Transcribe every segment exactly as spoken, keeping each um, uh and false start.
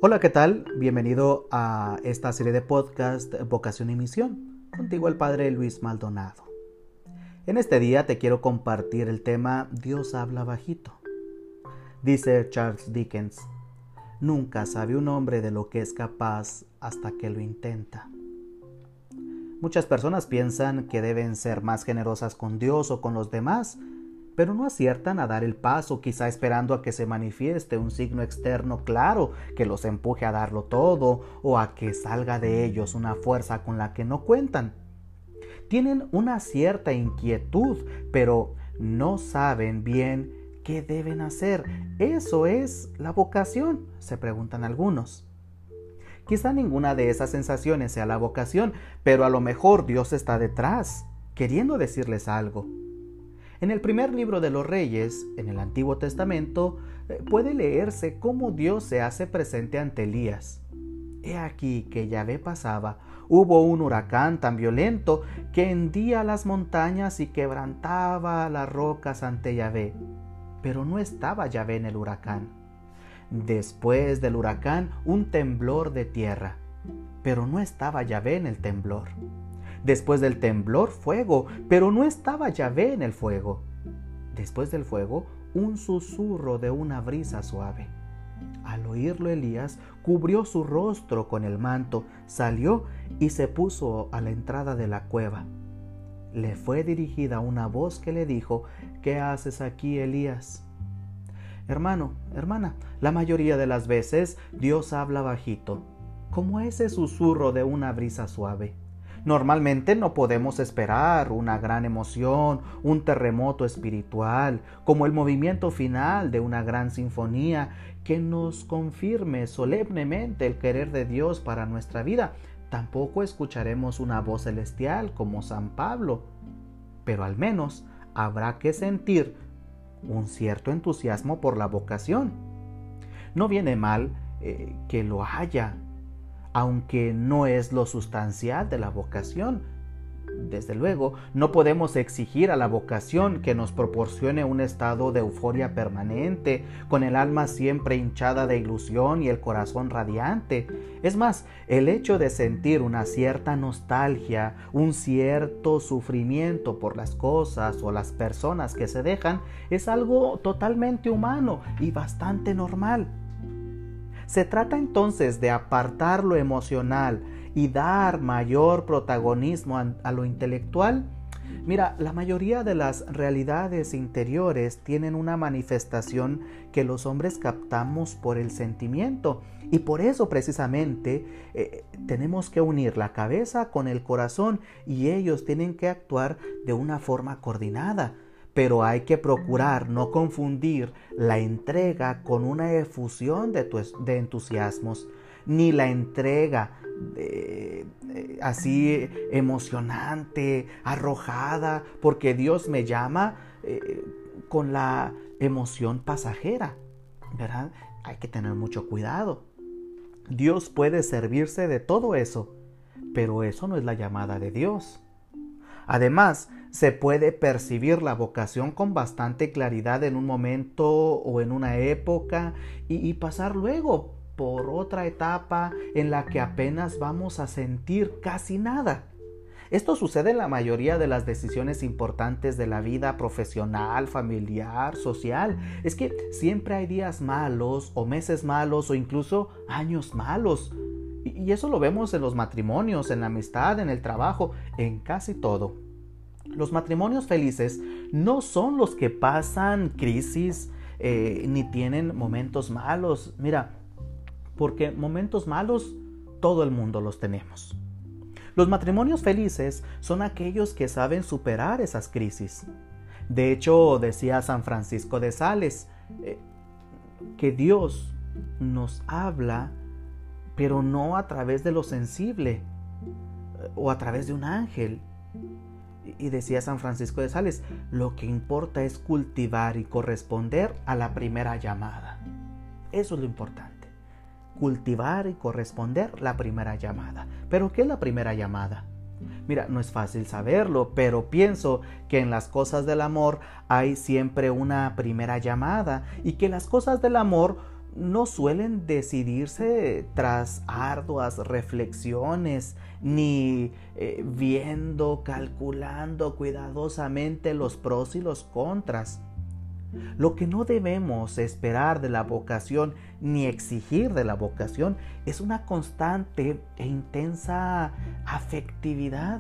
Hola, ¿qué tal? Bienvenido a esta serie de podcast Vocación y Misión, contigo el Padre Luis Maldonado. En este día te quiero compartir el tema Dios habla bajito. Dice Charles Dickens: nunca sabe un hombre de lo que es capaz hasta que lo intenta. Muchas personas piensan que deben ser más generosas con Dios o con los demás, pero no aciertan a dar el paso, quizá esperando a que se manifieste un signo externo claro que los empuje a darlo todo o a que salga de ellos una fuerza con la que no cuentan. Tienen una cierta inquietud, pero no saben bien qué deben hacer. ¿Eso es la vocación?, se preguntan algunos. Quizá ninguna de esas sensaciones sea la vocación, pero a lo mejor Dios está detrás, queriendo decirles algo. En el primer libro de los Reyes, en el Antiguo Testamento, puede leerse cómo Dios se hace presente ante Elías. He aquí que Yahvé pasaba. Hubo un huracán tan violento que hendía las montañas y quebrantaba las rocas ante Yahvé. Pero no estaba Yahvé en el huracán. Después del huracán, un temblor de tierra. Pero no estaba Yahvé en el temblor. Después del temblor, fuego, pero no estaba Yahvé en el fuego. Después del fuego, un susurro de una brisa suave. Al oírlo, Elías cubrió su rostro con el manto, salió y se puso a la entrada de la cueva. Le fue dirigida una voz que le dijo: ¿qué haces aquí, Elías? Hermano, hermana, la mayoría de las veces Dios habla bajito, como ese susurro de una brisa suave. Normalmente no podemos esperar una gran emoción, un terremoto espiritual, como el movimiento final de una gran sinfonía que nos confirme solemnemente el querer de Dios para nuestra vida. Tampoco escucharemos una voz celestial como San Pablo, pero al menos habrá que sentir un cierto entusiasmo por la vocación. No viene mal eh, que lo haya, aunque no es lo sustancial de la vocación. Desde luego, no podemos exigir a la vocación que nos proporcione un estado de euforia permanente, con el alma siempre hinchada de ilusión y el corazón radiante. Es más, el hecho de sentir una cierta nostalgia, un cierto sufrimiento por las cosas o las personas que se dejan, es algo totalmente humano y bastante normal. Se trata entonces de apartar lo emocional y dar mayor protagonismo a, a lo intelectual. Mira, la mayoría de las realidades interiores tienen una manifestación que los hombres captamos por el sentimiento, y por eso precisamente eh, tenemos que unir la cabeza con el corazón, y ellos tienen que actuar de una forma coordinada. Pero hay que procurar no confundir la entrega con una efusión de, tu, de entusiasmos, ni la entrega de, de, así emocionante, arrojada, porque Dios me llama eh, con la emoción pasajera, ¿verdad? Hay que tener mucho cuidado. Dios puede servirse de todo eso, pero eso no es la llamada de Dios. Además, se puede percibir la vocación con bastante claridad en un momento o en una época y, y pasar luego por otra etapa en la que apenas vamos a sentir casi nada. Esto sucede en la mayoría de las decisiones importantes de la vida profesional, familiar, social. Es que siempre hay días malos o meses malos o incluso años malos. Y eso lo vemos en los matrimonios, en la amistad, en el trabajo, en casi todo. Los matrimonios felices no son los que pasan crisis eh, ni tienen momentos malos. Mira, porque momentos malos todo el mundo los tenemos. Los matrimonios felices son aquellos que saben superar esas crisis. De hecho, decía San Francisco de Sales eh, que Dios nos habla, pero no a través de lo sensible o a través de un ángel. Y decía San Francisco de Sales: lo que importa es cultivar y corresponder a la primera llamada. Eso es lo importante. Cultivar y corresponder la primera llamada. ¿Pero qué es la primera llamada? Mira, no es fácil saberlo, pero pienso que en las cosas del amor hay siempre una primera llamada y que las cosas del amor no suelen decidirse tras arduas reflexiones, ni eh, viendo, calculando cuidadosamente los pros y los contras. Lo que no debemos esperar de la vocación ni exigir de la vocación es una constante e intensa afectividad.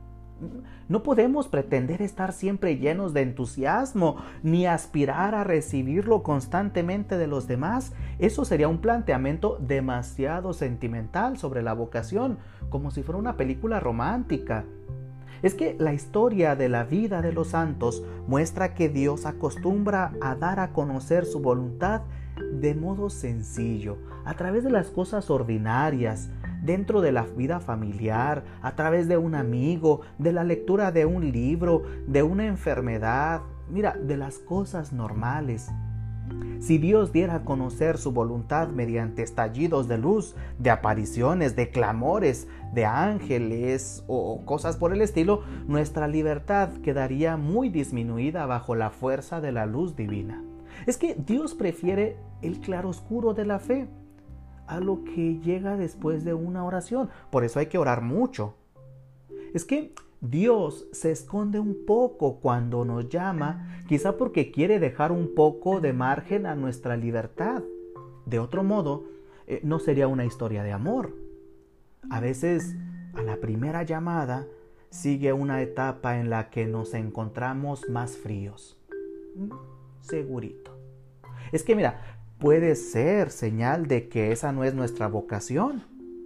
No podemos pretender estar siempre llenos de entusiasmo ni aspirar a recibirlo constantemente de los demás. Eso sería un planteamiento demasiado sentimental sobre la vocación, como si fuera una película romántica. Es que la historia de la vida de los santos muestra que Dios acostumbra a dar a conocer su voluntad de modo sencillo, a través de las cosas ordinarias, dentro de la vida familiar, a través de un amigo, de la lectura de un libro, de una enfermedad, mira, de las cosas normales. Si Dios diera a conocer su voluntad mediante estallidos de luz, de apariciones, de clamores, de ángeles o cosas por el estilo, nuestra libertad quedaría muy disminuida bajo la fuerza de la luz divina. Es que Dios prefiere el claroscuro de la fe a lo que llega después de una oración. Por eso hay que orar mucho. Es que Dios se esconde un poco cuando nos llama, quizá porque quiere dejar un poco de margen a nuestra libertad. De otro modo, eh, no sería una historia de amor. A veces, a la primera llamada, sigue una etapa en la que nos encontramos más fríos. Segurito. Es que mira, puede ser señal de que esa no es nuestra vocación.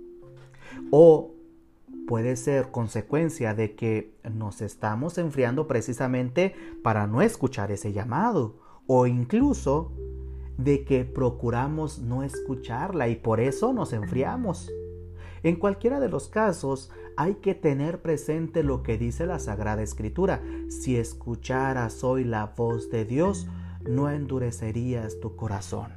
O puede ser consecuencia de que nos estamos enfriando precisamente para no escuchar ese llamado. O incluso de que procuramos no escucharla y por eso nos enfriamos. En cualquiera de los casos, hay que tener presente lo que dice la Sagrada Escritura. Si escucharas hoy la voz de Dios, no endurecerías tu corazón.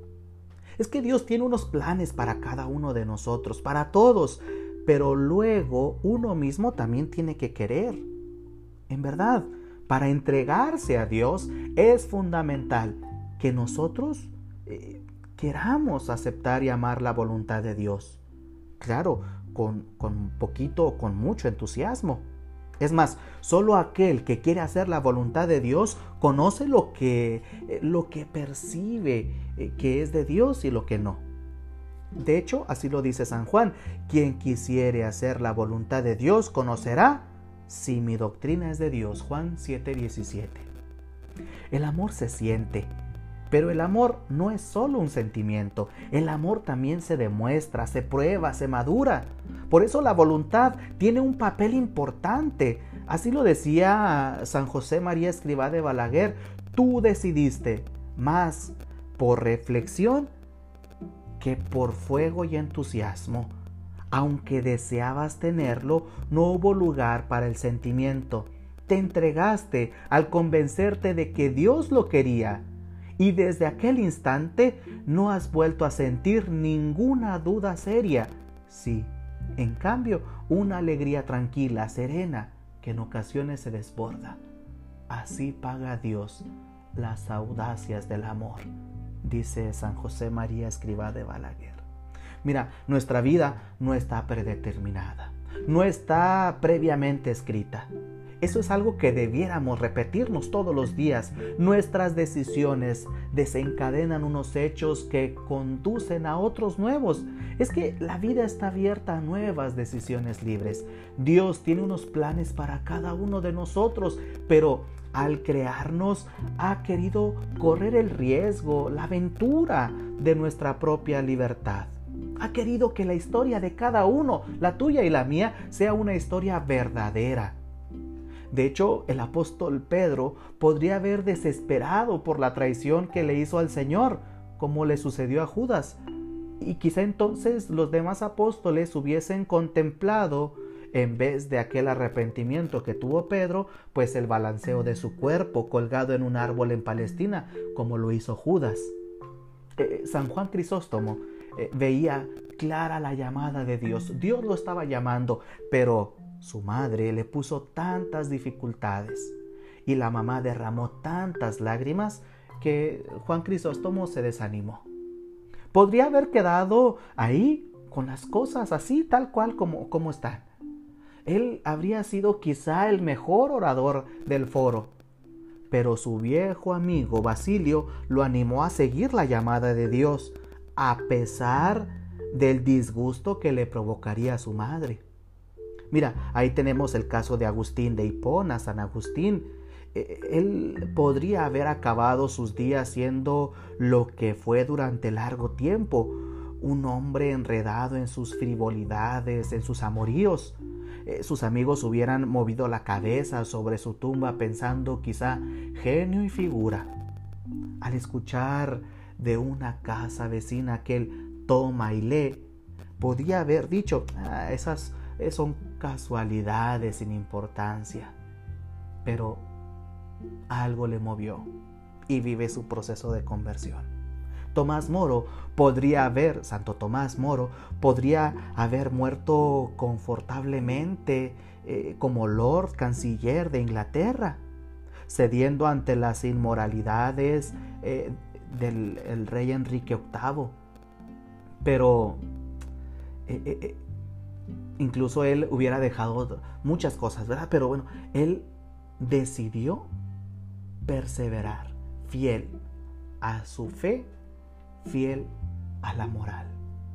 Es que Dios tiene unos planes para cada uno de nosotros, para todos, pero luego uno mismo también tiene que querer. En verdad, para entregarse a Dios es fundamental que nosotros eh, queramos aceptar y amar la voluntad de Dios. Claro, con, con poquito o con mucho entusiasmo. Es más, solo aquel que quiere hacer la voluntad de Dios conoce lo que, eh, lo que percibe eh, que es de Dios y lo que no. De hecho, así lo dice San Juan: quien quisiere hacer la voluntad de Dios conocerá si mi doctrina es de Dios. Juan siete diecisiete. El amor se siente, pero el amor no es solo un sentimiento. El amor también se demuestra, se prueba, se madura. Por eso la voluntad tiene un papel importante. Así lo decía San José María Escrivá de Balaguer: tú decidiste más por reflexión que por fuego y entusiasmo. Aunque deseabas tenerlo, no hubo lugar para el sentimiento. Te entregaste al convencerte de que Dios lo quería. Y desde aquel instante no has vuelto a sentir ninguna duda seria. Sí, en cambio, una alegría tranquila, serena, que en ocasiones se desborda. Así paga Dios las audacias del amor, dice San José María Escrivá de Balaguer. Mira, nuestra vida no está predeterminada, no está previamente escrita. Eso es algo que debiéramos repetirnos todos los días. Nuestras decisiones desencadenan unos hechos que conducen a otros nuevos. Es que la vida está abierta a nuevas decisiones libres. Dios tiene unos planes para cada uno de nosotros, pero al crearnos ha querido correr el riesgo, la aventura de nuestra propia libertad. Ha querido que la historia de cada uno, la tuya y la mía, sea una historia verdadera. De hecho, el apóstol Pedro podría haber desesperado por la traición que le hizo al Señor, como le sucedió a Judas. Y quizá entonces los demás apóstoles hubiesen contemplado, en vez de aquel arrepentimiento que tuvo Pedro, pues el balanceo de su cuerpo colgado en un árbol en Palestina, como lo hizo Judas. Eh, San Juan Crisóstomo eh, veía clara la llamada de Dios. Dios lo estaba llamando, pero su madre le puso tantas dificultades y la mamá derramó tantas lágrimas que Juan Crisóstomo se desanimó. Podría haber quedado ahí con las cosas así, tal cual como, como están. Él habría sido quizá el mejor orador del foro, pero su viejo amigo Basilio lo animó a seguir la llamada de Dios, a pesar del disgusto que le provocaría a su madre. Mira, ahí tenemos el caso de Agustín de Hipona, San Agustín. Él podría haber acabado sus días siendo lo que fue durante largo tiempo, un hombre enredado en sus frivolidades, en sus amoríos. Eh, sus amigos hubieran movido la cabeza sobre su tumba pensando quizá genio y figura. Al escuchar de una casa vecina aquel toma y lee, podía haber dicho, ah, esas son casualidades sin importancia. Pero algo le movió y vive su proceso de conversión. Tomás Moro podría haber, Santo Tomás Moro, podría haber muerto confortablemente eh, como Lord Canciller de Inglaterra, cediendo ante las inmoralidades eh, del el rey Enrique octavo. Pero eh, eh, incluso él hubiera dejado muchas cosas, ¿verdad? Pero bueno, él decidió perseverar, fiel a su fe, fiel a la moral.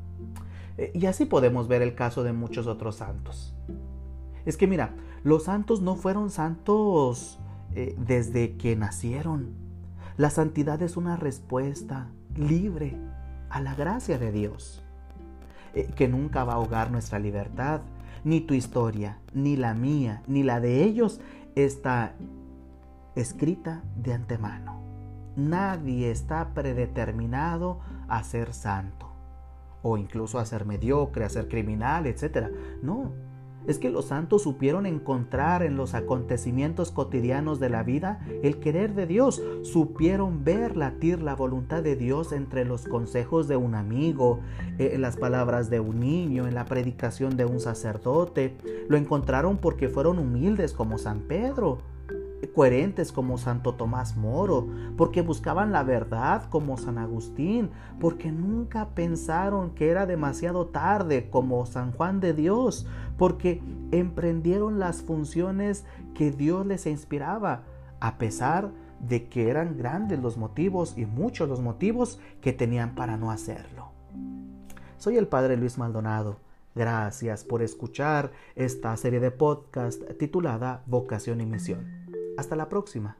Y así podemos ver el caso de muchos otros santos. Es que mira, los santos no fueron santos eh, desde que nacieron. La santidad es una respuesta libre a la gracia de Dios, eh, que nunca va a ahogar nuestra libertad. Ni tu historia, ni la mía, ni la de ellos está escrita de antemano. Nadie está predeterminado a ser santo, o incluso a ser mediocre, a ser criminal, etcétera. No, es que los santos supieron encontrar en los acontecimientos cotidianos de la vida el querer de Dios, supieron ver latir la voluntad de Dios entre los consejos de un amigo, en las palabras de un niño, en la predicación de un sacerdote. Lo encontraron porque fueron humildes como San Pedro, coherentes como Santo Tomás Moro, porque buscaban la verdad como San Agustín, porque nunca pensaron que era demasiado tarde como San Juan de Dios, porque emprendieron las funciones que Dios les inspiraba, a pesar de que eran grandes los motivos y muchos los motivos que tenían para no hacerlo. Soy el Padre Luis Maldonado. Gracias por escuchar esta serie de podcast titulada Vocación y Misión. Hasta la próxima.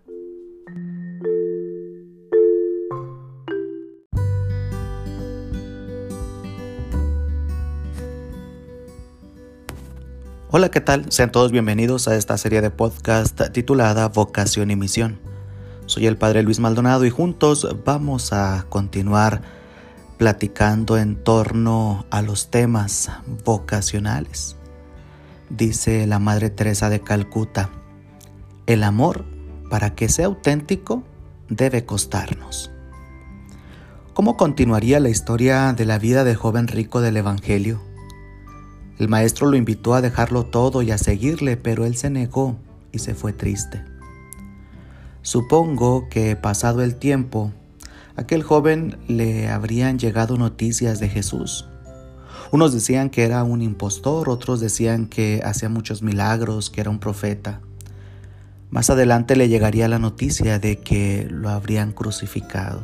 Hola, ¿qué tal? Sean todos bienvenidos a esta serie de podcast titulada Vocación y Misión. Soy el Padre Luis Maldonado y juntos vamos a continuar platicando en torno a los temas vocacionales. Dice la Madre Teresa de Calcuta: el amor, para que sea auténtico, debe costarnos. ¿Cómo continuaría la historia de la vida del joven rico del Evangelio? El maestro lo invitó a dejarlo todo y a seguirle, pero él se negó y se fue triste. Supongo que, pasado el tiempo, a aquel joven le habrían llegado noticias de Jesús. Unos decían que era un impostor, otros decían que hacía muchos milagros, que era un profeta. Más adelante le llegaría la noticia de que lo habrían crucificado.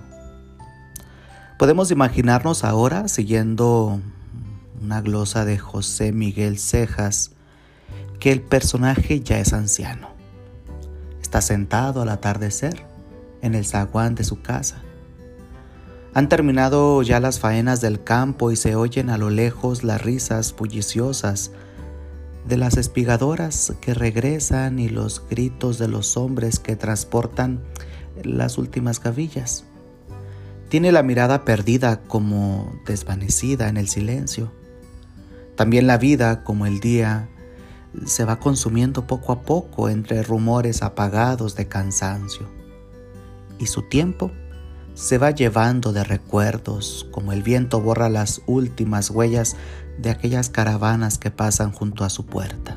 Podemos imaginarnos ahora, siguiendo una glosa de José Miguel Cejas, que el personaje ya es anciano. Está sentado al atardecer en el zaguán de su casa. Han terminado ya las faenas del campo y se oyen a lo lejos las risas bulliciosas de las espigadoras que regresan y los gritos de los hombres que transportan las últimas gavillas. Tiene la mirada perdida, como desvanecida en el silencio. También la vida, como el día, se va consumiendo poco a poco entre rumores apagados de cansancio. Y su tiempo se va llevando de recuerdos, como el viento borra las últimas huellas de aquellas caravanas que pasan junto a su puerta.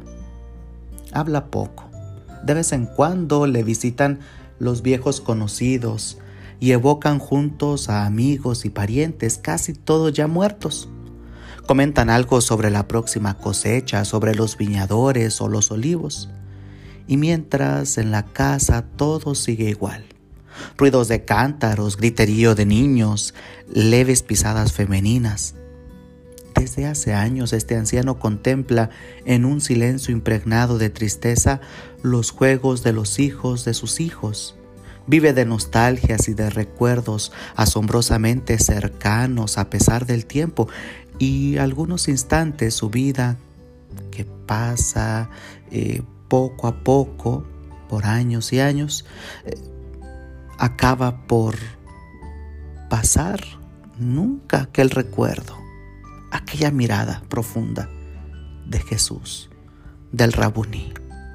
Habla poco. De vez en cuando le visitan los viejos conocidos y evocan juntos a amigos y parientes, casi todos ya muertos. Comentan algo sobre la próxima cosecha, sobre los viñadores o los olivos. Y mientras en la casa todo sigue igual. Ruidos de cántaros, griterío de niños, leves pisadas femeninas. Desde hace años este anciano contempla en un silencio impregnado de tristeza los juegos de los hijos de sus hijos. Vive de nostalgias y de recuerdos asombrosamente cercanos a pesar del tiempo, y algunos instantes su vida que pasa eh, poco a poco, por años y años, eh, acaba por pasar nunca aquel recuerdo, aquella mirada profunda de Jesús, del Rabuní.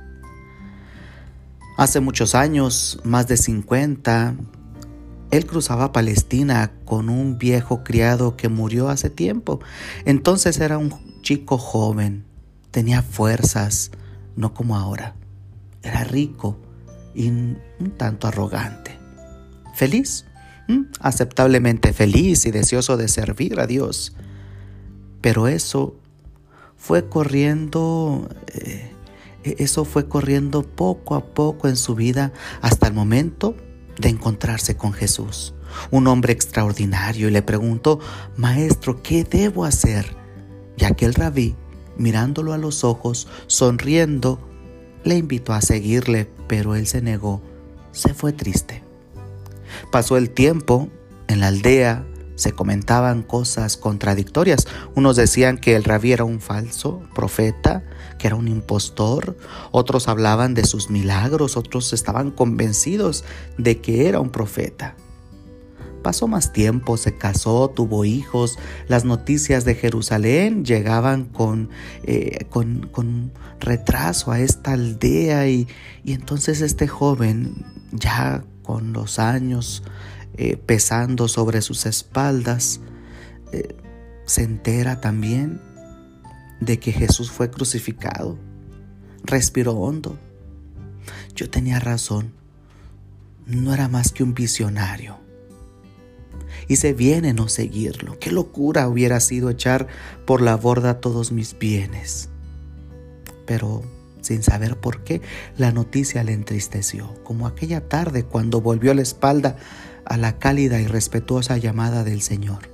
Hace muchos años, más de cincuenta, él cruzaba Palestina con un viejo criado que murió hace tiempo. Entonces era un chico joven, tenía fuerzas, no como ahora. Era rico y un tanto arrogante. Feliz, ¿Mm? aceptablemente feliz y deseoso de servir a Dios. Pero eso fue corriendo, eh, eso fue corriendo poco a poco en su vida hasta el momento de encontrarse con Jesús, un hombre extraordinario, y le preguntó: Maestro, ¿qué debo hacer? Y aquel rabí, mirándolo a los ojos, sonriendo, le invitó a seguirle, pero él se negó, se fue triste. Pasó el tiempo, en la aldea se comentaban cosas contradictorias. Unos decían que el rabí era un falso profeta, que era un impostor. Otros hablaban de sus milagros, otros estaban convencidos de que era un profeta. Pasó más tiempo, se casó, tuvo hijos. Las noticias de Jerusalén llegaban con, eh, con, con retraso a esta aldea, y, y entonces este joven, ya con los años eh, pesando sobre sus espaldas, eh, se entera también de que Jesús fue crucificado. Respiró hondo. Yo tenía razón, no era más que un visionario. Hice bien en no seguirlo. Qué locura hubiera sido echar por la borda todos mis bienes. Pero sin saber por qué, la noticia le entristeció, como aquella tarde cuando volvió la espalda a la cálida y respetuosa llamada del Señor.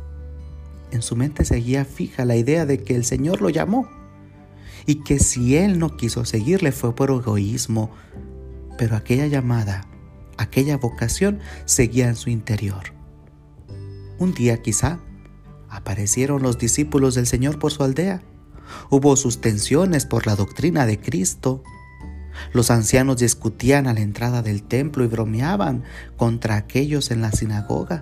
En su mente seguía fija la idea de que el Señor lo llamó, y que si él no quiso seguirle fue por egoísmo, pero aquella llamada, aquella vocación seguía en su interior. Un día quizá aparecieron los discípulos del Señor por su aldea. Hubo sus tensiones por la doctrina de Cristo. Los ancianos discutían a la entrada del templo y bromeaban contra aquellos en la sinagoga.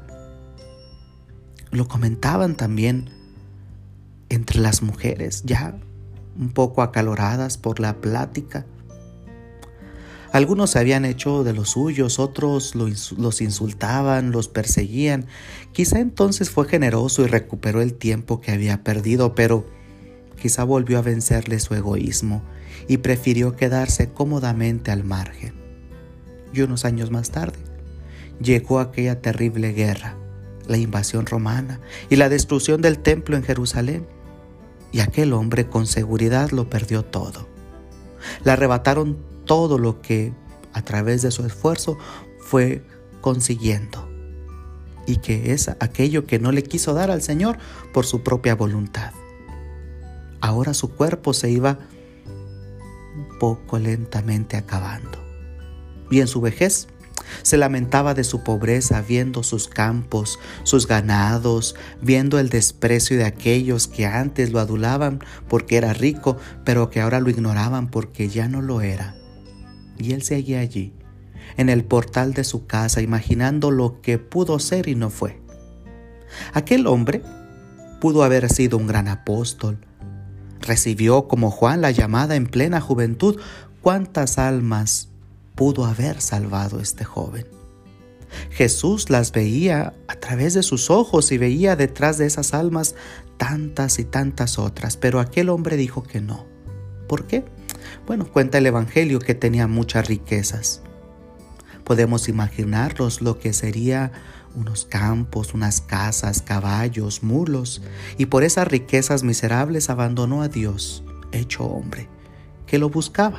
Lo comentaban también entre las mujeres, ya un poco acaloradas por la plática. Algunos se habían hecho de los suyos, otros los insultaban, los perseguían. Quizá entonces fue generoso y recuperó el tiempo que había perdido, pero quizá volvió a vencerle su egoísmo y prefirió quedarse cómodamente al margen. Y unos años más tarde llegó aquella terrible guerra, la invasión romana y la destrucción del templo en Jerusalén. Y aquel hombre con seguridad lo perdió todo. Le arrebataron todo lo que a través de su esfuerzo fue consiguiendo, y que es aquello que no le quiso dar al Señor por su propia voluntad. Ahora su cuerpo se iba un poco lentamente acabando, y en su vejez se lamentaba de su pobreza, viendo sus campos, sus ganados, viendo el desprecio de aquellos que antes lo adulaban porque era rico, pero que ahora lo ignoraban porque ya no lo era. Y él seguía allí, en el portal de su casa, imaginando lo que pudo ser y no fue. Aquel hombre pudo haber sido un gran apóstol. Recibió como Juan la llamada en plena juventud. ¿Cuántas almas pudo haber salvado este joven? Jesús las veía a través de sus ojos y veía detrás de esas almas tantas y tantas otras, pero aquel hombre dijo que no. ¿Por qué? Bueno, cuenta el Evangelio que tenía muchas riquezas. Podemos imaginarnos lo que sería unos campos, unas casas, caballos, mulos, y por esas riquezas miserables abandonó a Dios, hecho hombre, que lo buscaba.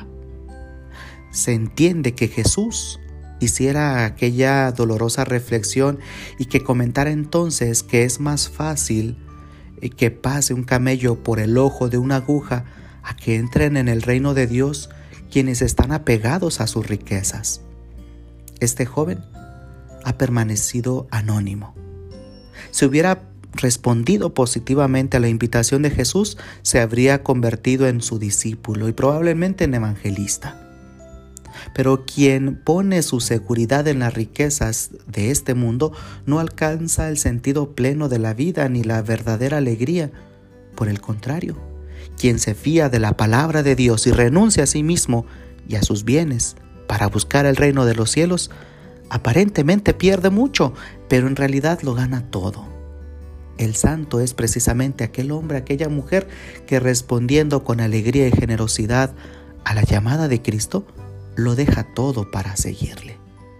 Se entiende que Jesús hiciera aquella dolorosa reflexión y que comentara entonces que es más fácil que pase un camello por el ojo de una aguja a que entren en el reino de Dios quienes están apegados a sus riquezas. Este joven ha permanecido anónimo. Si hubiera respondido positivamente a la invitación de Jesús, se habría convertido en su discípulo y probablemente en evangelista. Pero quien pone su seguridad en las riquezas de este mundo no alcanza el sentido pleno de la vida ni la verdadera alegría. Por el contrario, quien se fía de la palabra de Dios y renuncia a sí mismo y a sus bienes para buscar el reino de los cielos, aparentemente pierde mucho, pero en realidad lo gana todo. El santo es precisamente aquel hombre, aquella mujer que respondiendo con alegría y generosidad a la llamada de Cristo, lo deja todo para seguirle.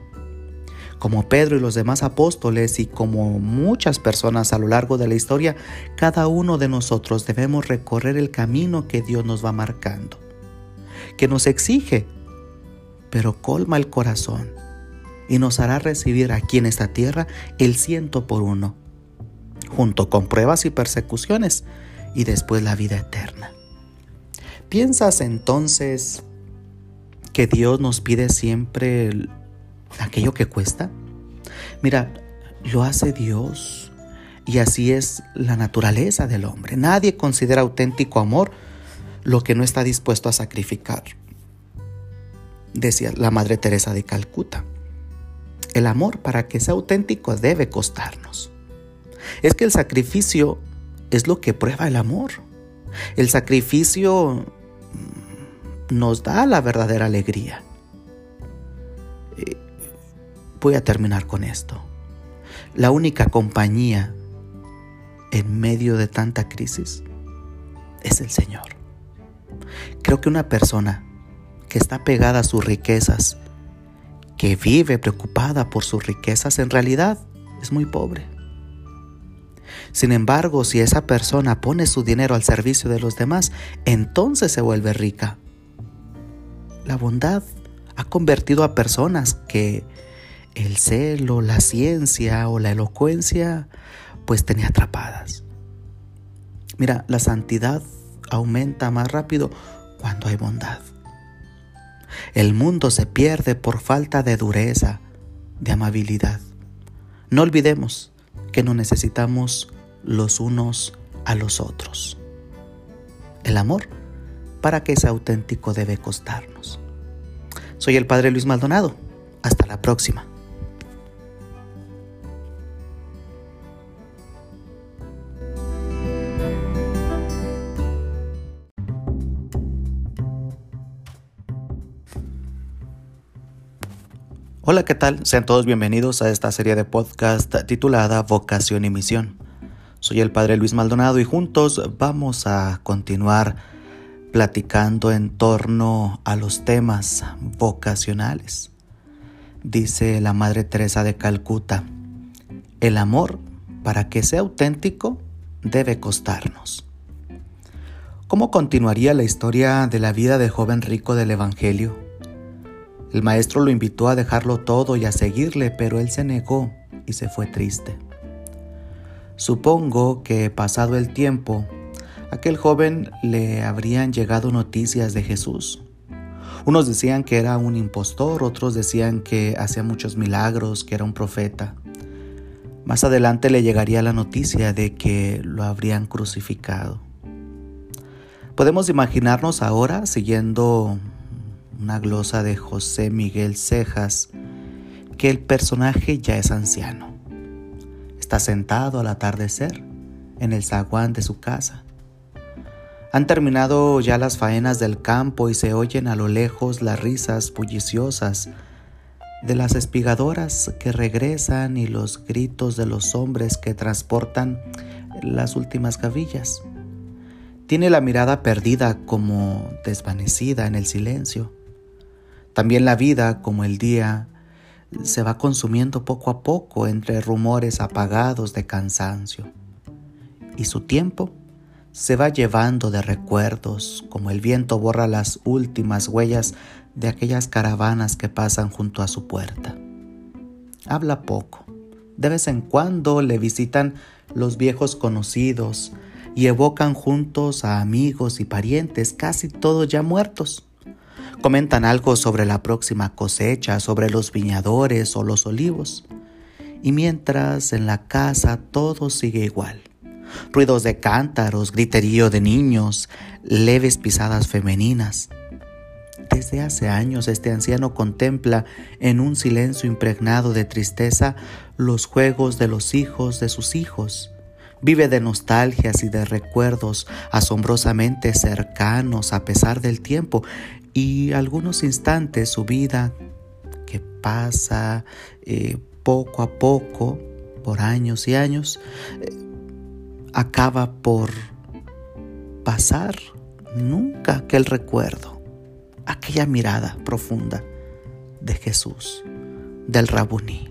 Como Pedro y los demás apóstoles y como muchas personas a lo largo de la historia, cada uno de nosotros debemos recorrer el camino que Dios nos va marcando, que nos exige, pero colma el corazón y nos hará recibir aquí en esta tierra el ciento por uno, junto con pruebas y persecuciones, y después la vida eterna. ¿Piensas entonces que Dios nos pide siempre aquello que cuesta? Mira, lo hace Dios y así es la naturaleza del hombre. Nadie considera auténtico amor lo que no está dispuesto a sacrificar. Decía la Madre Teresa de Calcuta, el amor para que sea auténtico debe costarnos. Es que el sacrificio es lo que prueba el amor. El sacrificio nos da la verdadera alegría. Voy a terminar con esto. La única compañía en medio de tanta crisis es el Señor. Creo que una persona que está pegada a sus riquezas, que vive preocupada por sus riquezas, en realidad es muy pobre. Sin embargo, si esa persona pone su dinero al servicio de los demás, entonces se vuelve rica. La bondad ha convertido a personas que el celo, la ciencia o la elocuencia pues tenía atrapadas. Mira, la santidad aumenta más rápido cuando hay bondad. El mundo se pierde por falta de dureza, de amabilidad. No olvidemos que nos necesitamos los unos a los otros. El amor, para que sea auténtico, debe costarnos. Soy el Padre Luis Maldonado. Hasta la próxima. Hola, ¿qué tal? Sean todos bienvenidos a esta serie de podcast titulada Vocación y Misión. Soy el Padre Luis Maldonado y juntos vamos a continuar platicando en torno a los temas vocacionales. Dice la Madre Teresa de Calcuta, el amor, para que sea auténtico, debe costarnos. ¿Cómo continuaría la historia de la vida del joven rico del Evangelio? El maestro lo invitó a dejarlo todo y a seguirle, pero él se negó y se fue triste. Supongo que pasado el tiempo, a aquel joven le habrían llegado noticias de Jesús. Unos decían que era un impostor, otros decían que hacía muchos milagros, que era un profeta. Más adelante le llegaría la noticia de que lo habrían crucificado. Podemos imaginarnos ahora, siguiendo una glosa de José Miguel Cejas, que el personaje ya es anciano. Está sentado al atardecer en el zaguán de su casa. Han terminado ya las faenas del campo y se oyen a lo lejos las risas bulliciosas de las espigadoras que regresan y los gritos de los hombres que transportan las últimas gavillas. Tiene la mirada perdida, como desvanecida en el silencio. También la vida, como el día, se va consumiendo poco a poco entre rumores apagados de cansancio. Y su tiempo se va llevando de recuerdos, como el viento borra las últimas huellas de aquellas caravanas que pasan junto a su puerta. Habla poco. De vez en cuando le visitan los viejos conocidos y evocan juntos a amigos y parientes, casi todos ya muertos. Comentan algo sobre la próxima cosecha, sobre los viñadores o los olivos. Y mientras en la casa todo sigue igual. Ruidos de cántaros, griterío de niños, leves pisadas femeninas. Desde hace años este anciano contempla en un silencio impregnado de tristeza los juegos de los hijos de sus hijos. Vive de nostalgias y de recuerdos asombrosamente cercanos a pesar del tiempo, y algunos instantes su vida que pasa eh, poco a poco, por años y años, eh, acaba por pasar nunca aquel recuerdo, aquella mirada profunda de Jesús, del Rabuní.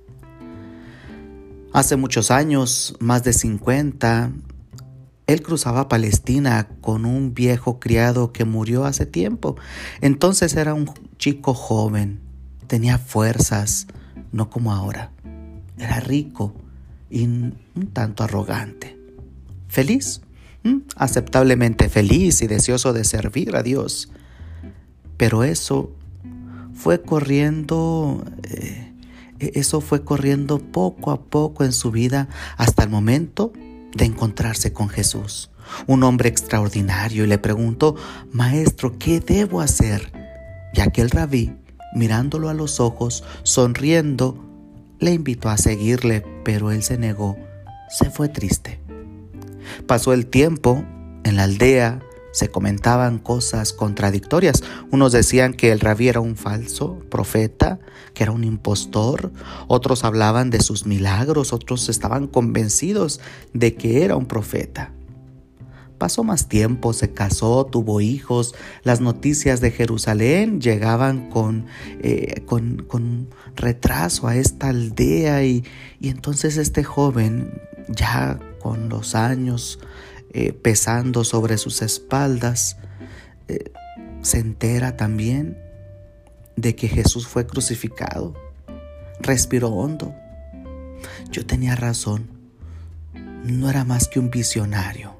Hace muchos años, más de cincuenta, él cruzaba Palestina con un viejo criado que murió hace tiempo. Entonces era un chico joven, tenía fuerzas, no como ahora. Era rico y un tanto arrogante. Feliz, ¿Mm? aceptablemente feliz y deseoso de servir a Dios. Pero eso fue corriendo, eh, eso fue corriendo poco a poco en su vida hasta el momento de encontrarse con Jesús, un hombre extraordinario, y le preguntó: Maestro, ¿qué debo hacer? Y aquel rabí, mirándolo a los ojos, sonriendo, le invitó a seguirle, pero él se negó, se fue triste. Pasó el tiempo, en la aldea se comentaban cosas contradictorias. Unos decían que el rabí era un falso profeta, que era un impostor. Otros hablaban de sus milagros, otros estaban convencidos de que era un profeta. Pasó más tiempo, se casó, tuvo hijos. Las noticias de Jerusalén llegaban con, eh, con, con retraso a esta aldea y, y entonces este joven, ya con los años eh, pesando sobre sus espaldas, eh, se entera también de que Jesús fue crucificado. Respiró hondo. Yo tenía razón, no era más que un visionario.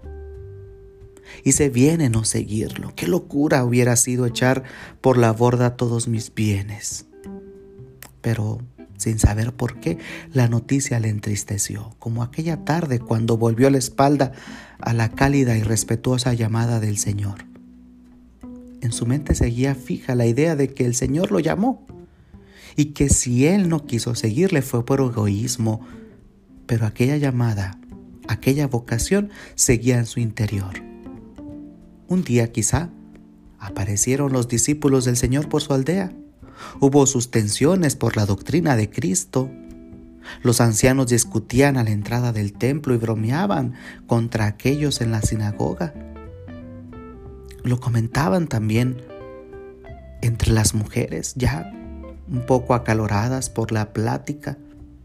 Y se viene no seguirlo. Qué locura hubiera sido echar por la borda todos mis bienes. Pero sin saber por qué, la noticia le entristeció, como aquella tarde cuando volvió la espalda a la cálida y respetuosa llamada del Señor. En su mente seguía fija la idea de que el Señor lo llamó y que si él no quiso seguirle fue por egoísmo, pero aquella llamada, aquella vocación seguía en su interior. Un día quizá aparecieron los discípulos del Señor por su aldea. Hubo sus tensiones por la doctrina de Cristo. Los ancianos discutían a la entrada del templo y bromeaban contra aquellos en la sinagoga. Lo comentaban también entre las mujeres, ya un poco acaloradas por la plática.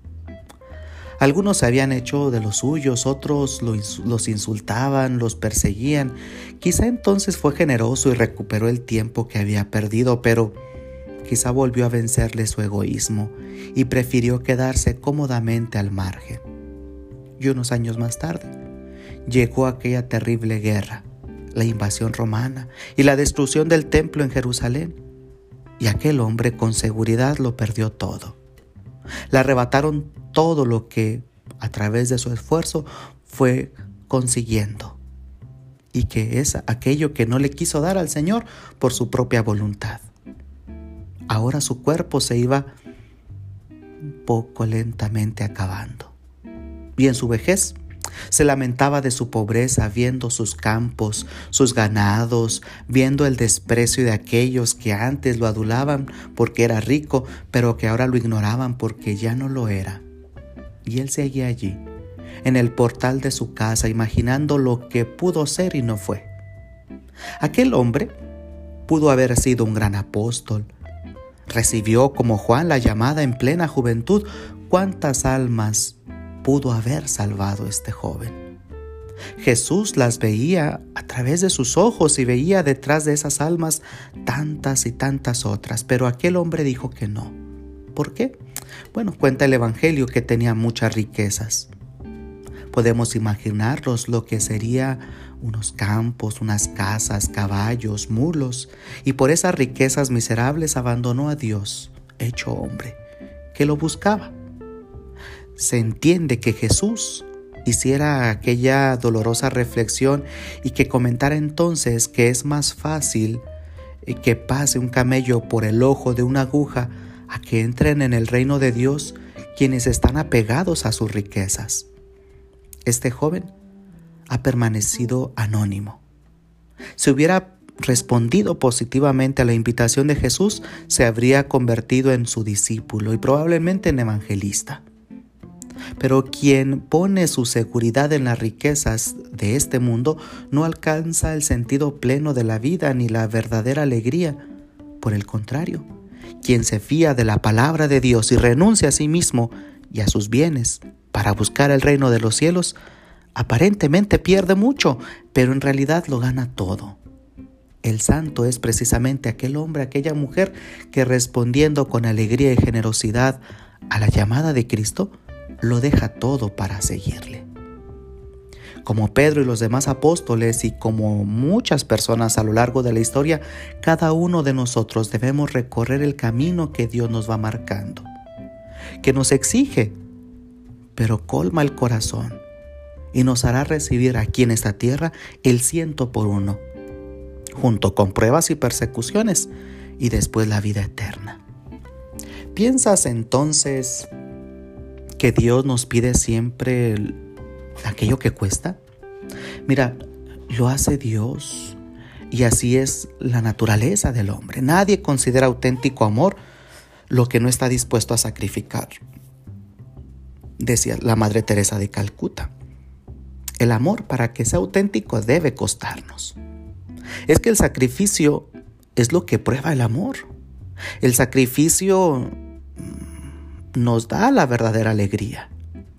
Algunos se habían hecho de los suyos, otros los insultaban, los perseguían. Quizá entonces fue generoso y recuperó el tiempo que había perdido, pero quizá volvió a vencerle su egoísmo y prefirió quedarse cómodamente al margen. Y unos años más tarde llegó aquella terrible guerra, la invasión romana y la destrucción del templo en Jerusalén. Y aquel hombre con seguridad lo perdió todo. Le arrebataron todo lo que a través de su esfuerzo fue consiguiendo, y que es aquello que no le quiso dar al Señor por su propia voluntad. Ahora su cuerpo se iba un poco lentamente acabando, y en su vejez se lamentaba de su pobreza, viendo sus campos, sus ganados, viendo el desprecio de aquellos que antes lo adulaban porque era rico, pero que ahora lo ignoraban porque ya no lo era. Y él seguía allí, en el portal de su casa, imaginando lo que pudo ser y no fue. Aquel hombre pudo haber sido un gran apóstol, recibió como Juan la llamada en plena juventud. ¿Cuántas almas pudo haber salvado este joven? Jesús las veía a través de sus ojos y veía detrás de esas almas tantas y tantas otras, pero aquel hombre dijo que no. ¿Por qué? Bueno, cuenta el Evangelio que tenía muchas riquezas. Podemos imaginarnos lo que sería unos campos, unas casas, caballos, mulos, y por esas riquezas miserables abandonó a Dios, hecho hombre, que lo buscaba. Se entiende que Jesús hiciera aquella dolorosa reflexión y que comentara entonces que es más fácil que pase un camello por el ojo de una aguja a que entren en el reino de Dios quienes están apegados a sus riquezas. Este joven ha permanecido anónimo. Si hubiera respondido positivamente a la invitación de Jesús, se habría convertido en su discípulo y probablemente en evangelista. Pero quien pone su seguridad en las riquezas de este mundo no alcanza el sentido pleno de la vida ni la verdadera alegría. Por el contrario, quien se fía de la palabra de Dios y renuncia a sí mismo y a sus bienes para buscar el reino de los cielos, aparentemente pierde mucho, pero en realidad lo gana todo. El santo es precisamente aquel hombre, aquella mujer que respondiendo con alegría y generosidad a la llamada de Cristo, lo deja todo para seguirle. Como Pedro y los demás apóstoles y como muchas personas a lo largo de la historia, cada uno de nosotros debemos recorrer el camino que Dios nos va marcando, que nos exige, pero colma el corazón y nos hará recibir aquí en esta tierra el ciento por uno, junto con pruebas y persecuciones, y después la vida eterna. ¿Piensas entonces que Dios nos pide siempre aquello que cuesta? Mira, lo hace Dios y así es la naturaleza del hombre. Nadie considera auténtico amor lo que no está dispuesto a sacrificar. Decía la Madre Teresa de Calcuta, el amor para que sea auténtico debe costarnos. Es que el sacrificio es lo que prueba el amor. El sacrificio nos da la verdadera alegría.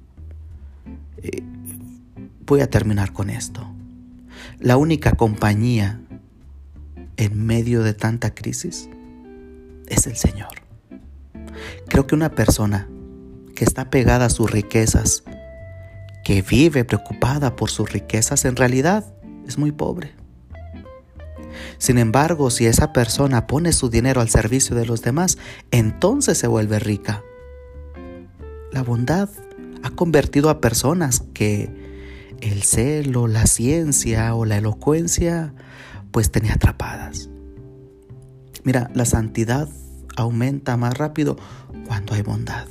Eh, voy a terminar con esto. La única compañía en medio de tanta crisis es el Señor. Creo que una persona que está pegada a sus riquezas, que vive preocupada por sus riquezas, en realidad es muy pobre. Sin embargo, si esa persona pone su dinero al servicio de los demás, entonces se vuelve rica. La bondad ha convertido a personas que el celo, la ciencia o la elocuencia pues tenía atrapadas. Mira, la santidad aumenta más rápido cuando hay bondad.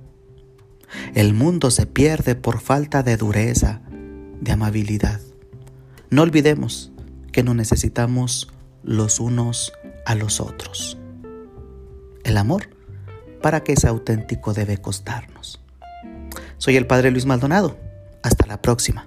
El mundo se pierde por falta de dureza, de amabilidad. No olvidemos que nos necesitamos los unos a los otros. El amor, para que sea auténtico, debe costarnos. Soy el Padre Luis Maldonado. Hasta la próxima.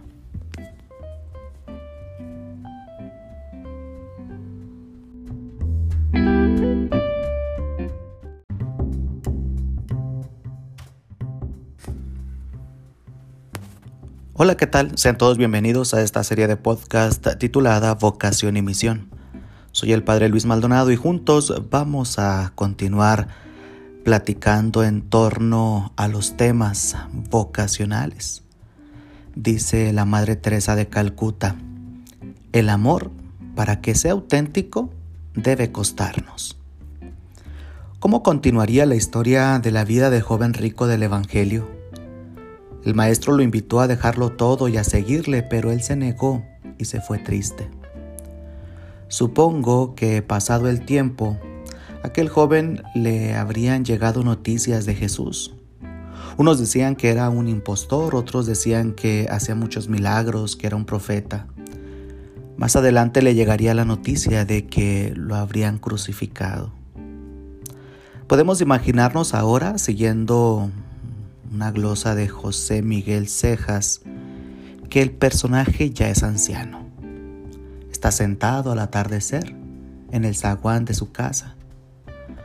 Hola, ¿qué tal? Sean todos bienvenidos a esta serie de podcast titulada Vocación y Misión. Soy el Padre Luis Maldonado y juntos vamos a continuar platicando en torno a los temas vocacionales. Dice la Madre Teresa de Calcuta, el amor, para que sea auténtico, debe costarnos. ¿Cómo continuaría la historia de la vida del joven rico del Evangelio? El maestro lo invitó a dejarlo todo y a seguirle, pero él se negó y se fue triste. Supongo que pasado el tiempo, a aquel joven le habrían llegado noticias de Jesús. Unos decían que era un impostor, otros decían que hacía muchos milagros, que era un profeta. Más adelante le llegaría la noticia de que lo habrían crucificado. Podemos imaginarnos ahora, siguiendo una glosa de José Miguel Cejas, que el personaje ya es anciano. Está sentado al atardecer en el zaguán de su casa.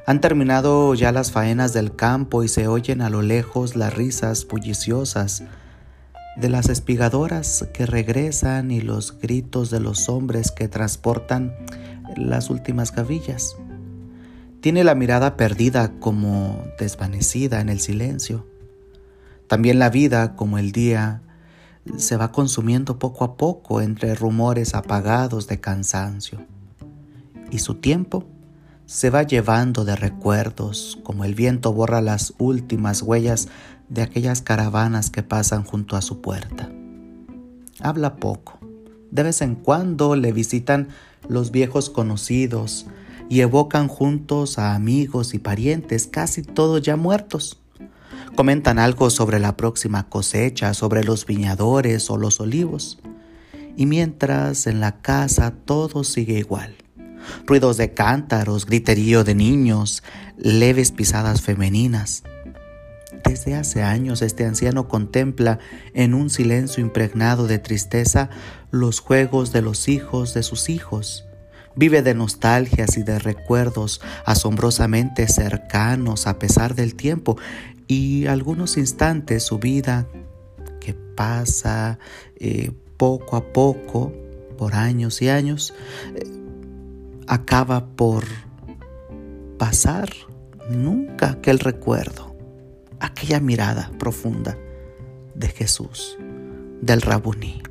Han terminado ya las faenas del campo y se oyen a lo lejos las risas bulliciosas de las espigadoras que regresan y los gritos de los hombres que transportan las últimas gavillas. Tiene la mirada perdida, como desvanecida en el silencio. También la vida, como el día, se va consumiendo poco a poco entre rumores apagados de cansancio. Y su tiempo se va llevando de recuerdos, como el viento borra las últimas huellas de aquellas caravanas que pasan junto a su puerta. Habla poco. De vez en cuando le visitan los viejos conocidos y evocan juntos a amigos y parientes, casi todos ya muertos. Comentan algo sobre la próxima cosecha, sobre los viñadores o los olivos. Y mientras en la casa todo sigue igual. Ruidos de cántaros, griterío de niños, leves pisadas femeninas. Desde hace años este anciano contempla en un silencio impregnado de tristeza los juegos de los hijos de sus hijos. Vive de nostalgias y de recuerdos asombrosamente cercanos a pesar del tiempo, y algunos instantes su vida que pasa eh, poco a poco, por años y años, eh, acaba por pasar nunca aquel recuerdo, aquella mirada profunda de Jesús, del Rabuní.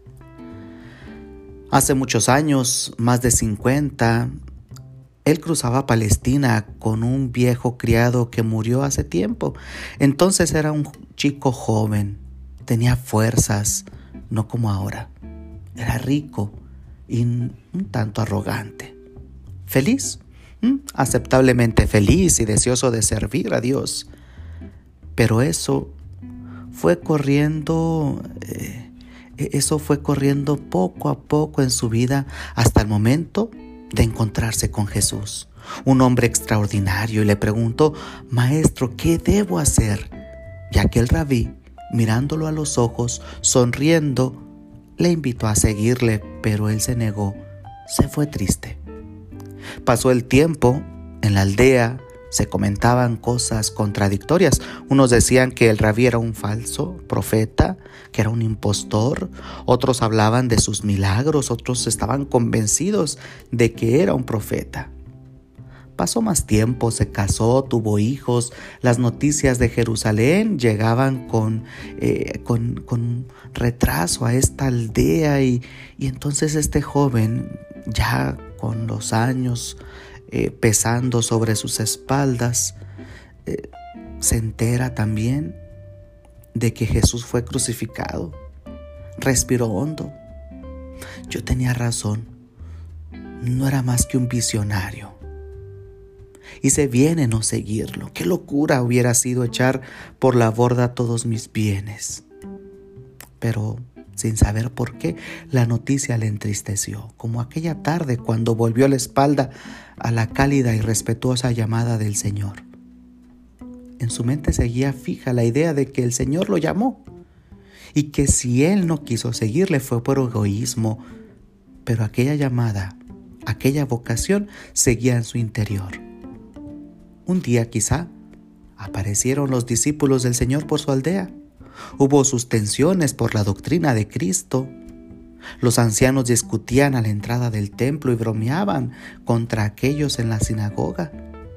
Hace muchos años, más de cincuenta, él cruzaba Palestina con un viejo criado que murió hace tiempo. Entonces era un chico joven, tenía fuerzas, no como ahora. Era rico y un tanto arrogante. Feliz, ¿Mm? aceptablemente feliz y deseoso de servir a Dios. Pero eso fue corriendo, eh, eso fue corriendo poco a poco en su vida hasta el momento de encontrarse con Jesús, un hombre extraordinario, y le preguntó: Maestro, ¿qué debo hacer? Y aquel rabí, mirándolo a los ojos, sonriendo, le invitó a seguirle, pero él se negó, se fue triste. Pasó el tiempo, en la aldea se comentaban cosas contradictorias. Unos decían que el rabí era un falso profeta, que era un impostor. Otros hablaban de sus milagros, otros estaban convencidos de que era un profeta. Pasó más tiempo, se casó, tuvo hijos. Las noticias de Jerusalén llegaban con, eh, con, con retraso a esta aldea y, y entonces este joven, ya con los años eh, pesando sobre sus espaldas, eh, se entera también de que Jesús fue crucificado. Respiró hondo. Yo tenía razón, no era más que un visionario. Y se viene no seguirlo. Qué locura hubiera sido echar por la borda todos mis bienes. Pero sin saber por qué, la noticia le entristeció, como aquella tarde cuando volvió la espalda a la cálida y respetuosa llamada del Señor. En su mente seguía fija la idea de que el Señor lo llamó y que si él no quiso seguirle fue por egoísmo, pero aquella llamada, aquella vocación seguía en su interior. Un día quizá aparecieron los discípulos del Señor por su aldea. Hubo sus tensiones por la doctrina de Cristo. Los ancianos discutían a la entrada del templo y bromeaban contra aquellos en la sinagoga.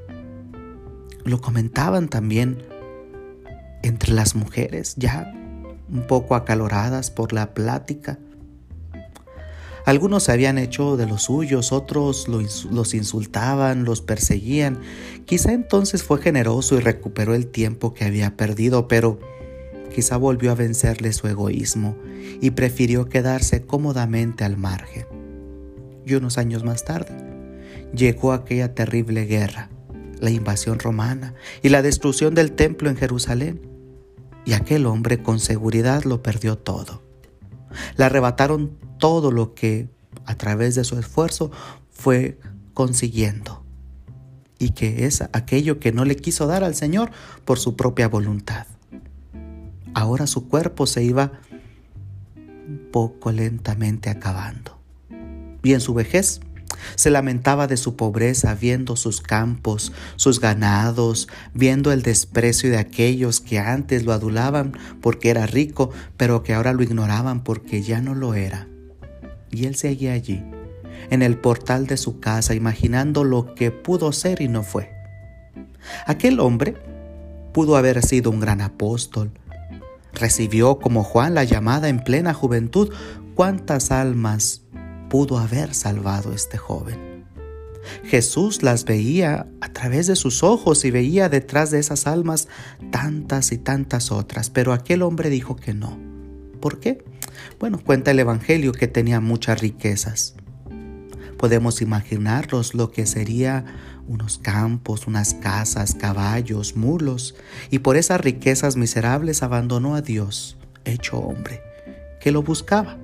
Lo comentaban también entre las mujeres, ya un poco acaloradas por la plática. Algunos se habían hecho de los suyos, otros los insultaban, los perseguían. Quizá entonces fue generoso y recuperó el tiempo que había perdido, pero quizá volvió a vencerle su egoísmo y prefirió quedarse cómodamente al margen. Y unos años más tarde llegó aquella terrible guerra, la invasión romana y la destrucción del templo en Jerusalén. Y aquel hombre con seguridad lo perdió todo. Le arrebataron todo lo que a través de su esfuerzo fue consiguiendo, y que es aquello que no le quiso dar al Señor por su propia voluntad. Ahora su cuerpo se iba un poco lentamente acabando. Y en su vejez Se lamentaba de su pobreza, viendo sus campos, sus ganados, viendo el desprecio de aquellos que antes lo adulaban porque era rico, pero que ahora lo ignoraban porque ya no lo era. Y él seguía allí, en el portal de su casa, imaginando lo que pudo ser y no fue. Aquel hombre pudo haber sido un gran apóstol. Recibió como Juan la llamada en plena juventud. ¿Cuántas almas pudo haber salvado este joven? Jesús las veía a través de sus ojos y veía detrás de esas almas tantas y tantas otras, pero aquel hombre dijo que no. ¿Por qué? Bueno, cuenta el Evangelio que tenía muchas riquezas. Podemos imaginarnos lo que sería unos campos, unas casas, caballos, mulos, y por esas riquezas miserables abandonó a Dios, hecho hombre, que lo buscaba.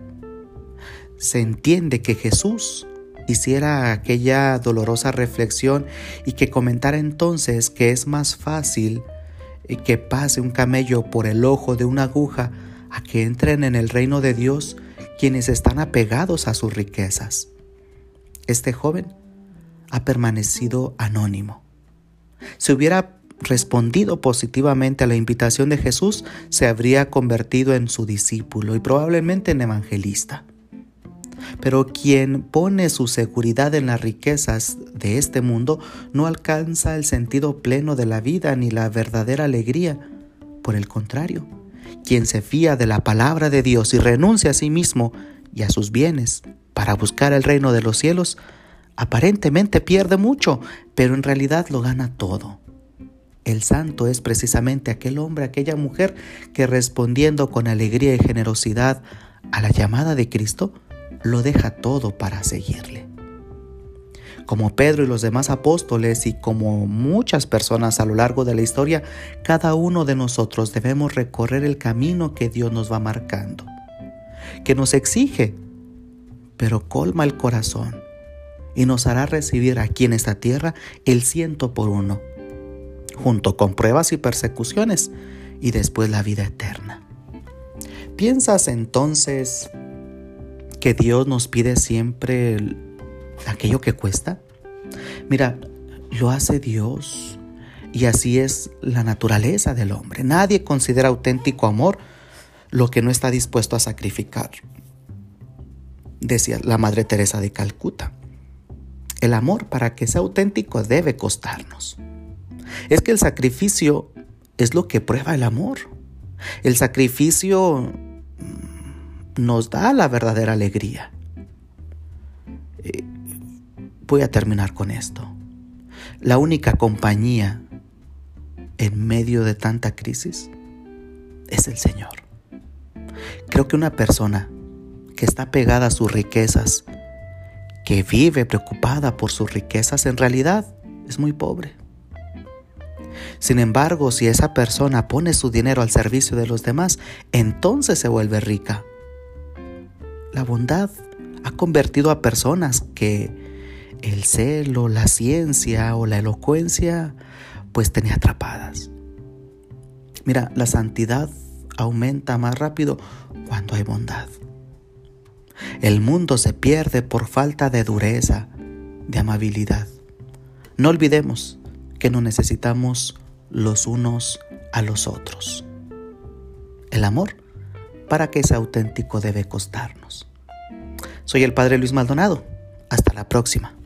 Se entiende que Jesús hiciera aquella dolorosa reflexión y que comentara entonces que es más fácil que pase un camello por el ojo de una aguja a que entren en el reino de Dios quienes están apegados a sus riquezas. Este joven ha permanecido anónimo. Si hubiera respondido positivamente a la invitación de Jesús, se habría convertido en su discípulo y probablemente en evangelista. Pero quien pone su seguridad en las riquezas de este mundo no alcanza el sentido pleno de la vida ni la verdadera alegría. Por el contrario, quien se fía de la palabra de Dios y renuncia a sí mismo y a sus bienes para buscar el reino de los cielos, aparentemente pierde mucho, pero en realidad lo gana todo. El santo es precisamente aquel hombre, aquella mujer que respondiendo con alegría y generosidad a la llamada de Cristo, lo deja todo para seguirle. Como Pedro y los demás apóstoles y como muchas personas a lo largo de la historia, cada uno de nosotros debemos recorrer el camino que Dios nos va marcando, que nos exige, pero colma el corazón y nos hará recibir aquí en esta tierra el ciento por uno, junto con pruebas y persecuciones, y después la vida eterna. ¿Piensas entonces que Dios nos pide siempre aquello que cuesta? Mira, lo hace Dios y así es la naturaleza del hombre. Nadie considera auténtico amor lo que no está dispuesto a sacrificar. Decía la Madre Teresa de Calcuta, el amor para que sea auténtico debe costarnos. Es que el sacrificio es lo que prueba el amor. El sacrificio nos da la verdadera alegría. Eh, voy a terminar con esto. La única compañía en medio de tanta crisis es el Señor. Creo que una persona que está pegada a sus riquezas, que vive preocupada por sus riquezas, en realidad es muy pobre. Sin embargo, si esa persona pone su dinero al servicio de los demás, entonces se vuelve rica. La bondad ha convertido a personas que el celo, la ciencia o la elocuencia pues tenía atrapadas. Mira, la santidad aumenta más rápido cuando hay bondad. El mundo se pierde por falta de dureza, de amabilidad. No olvidemos que nos necesitamos los unos a los otros. El amor, para que sea auténtico, debe costarnos. Soy el Padre Luis Maldonado. Hasta la próxima.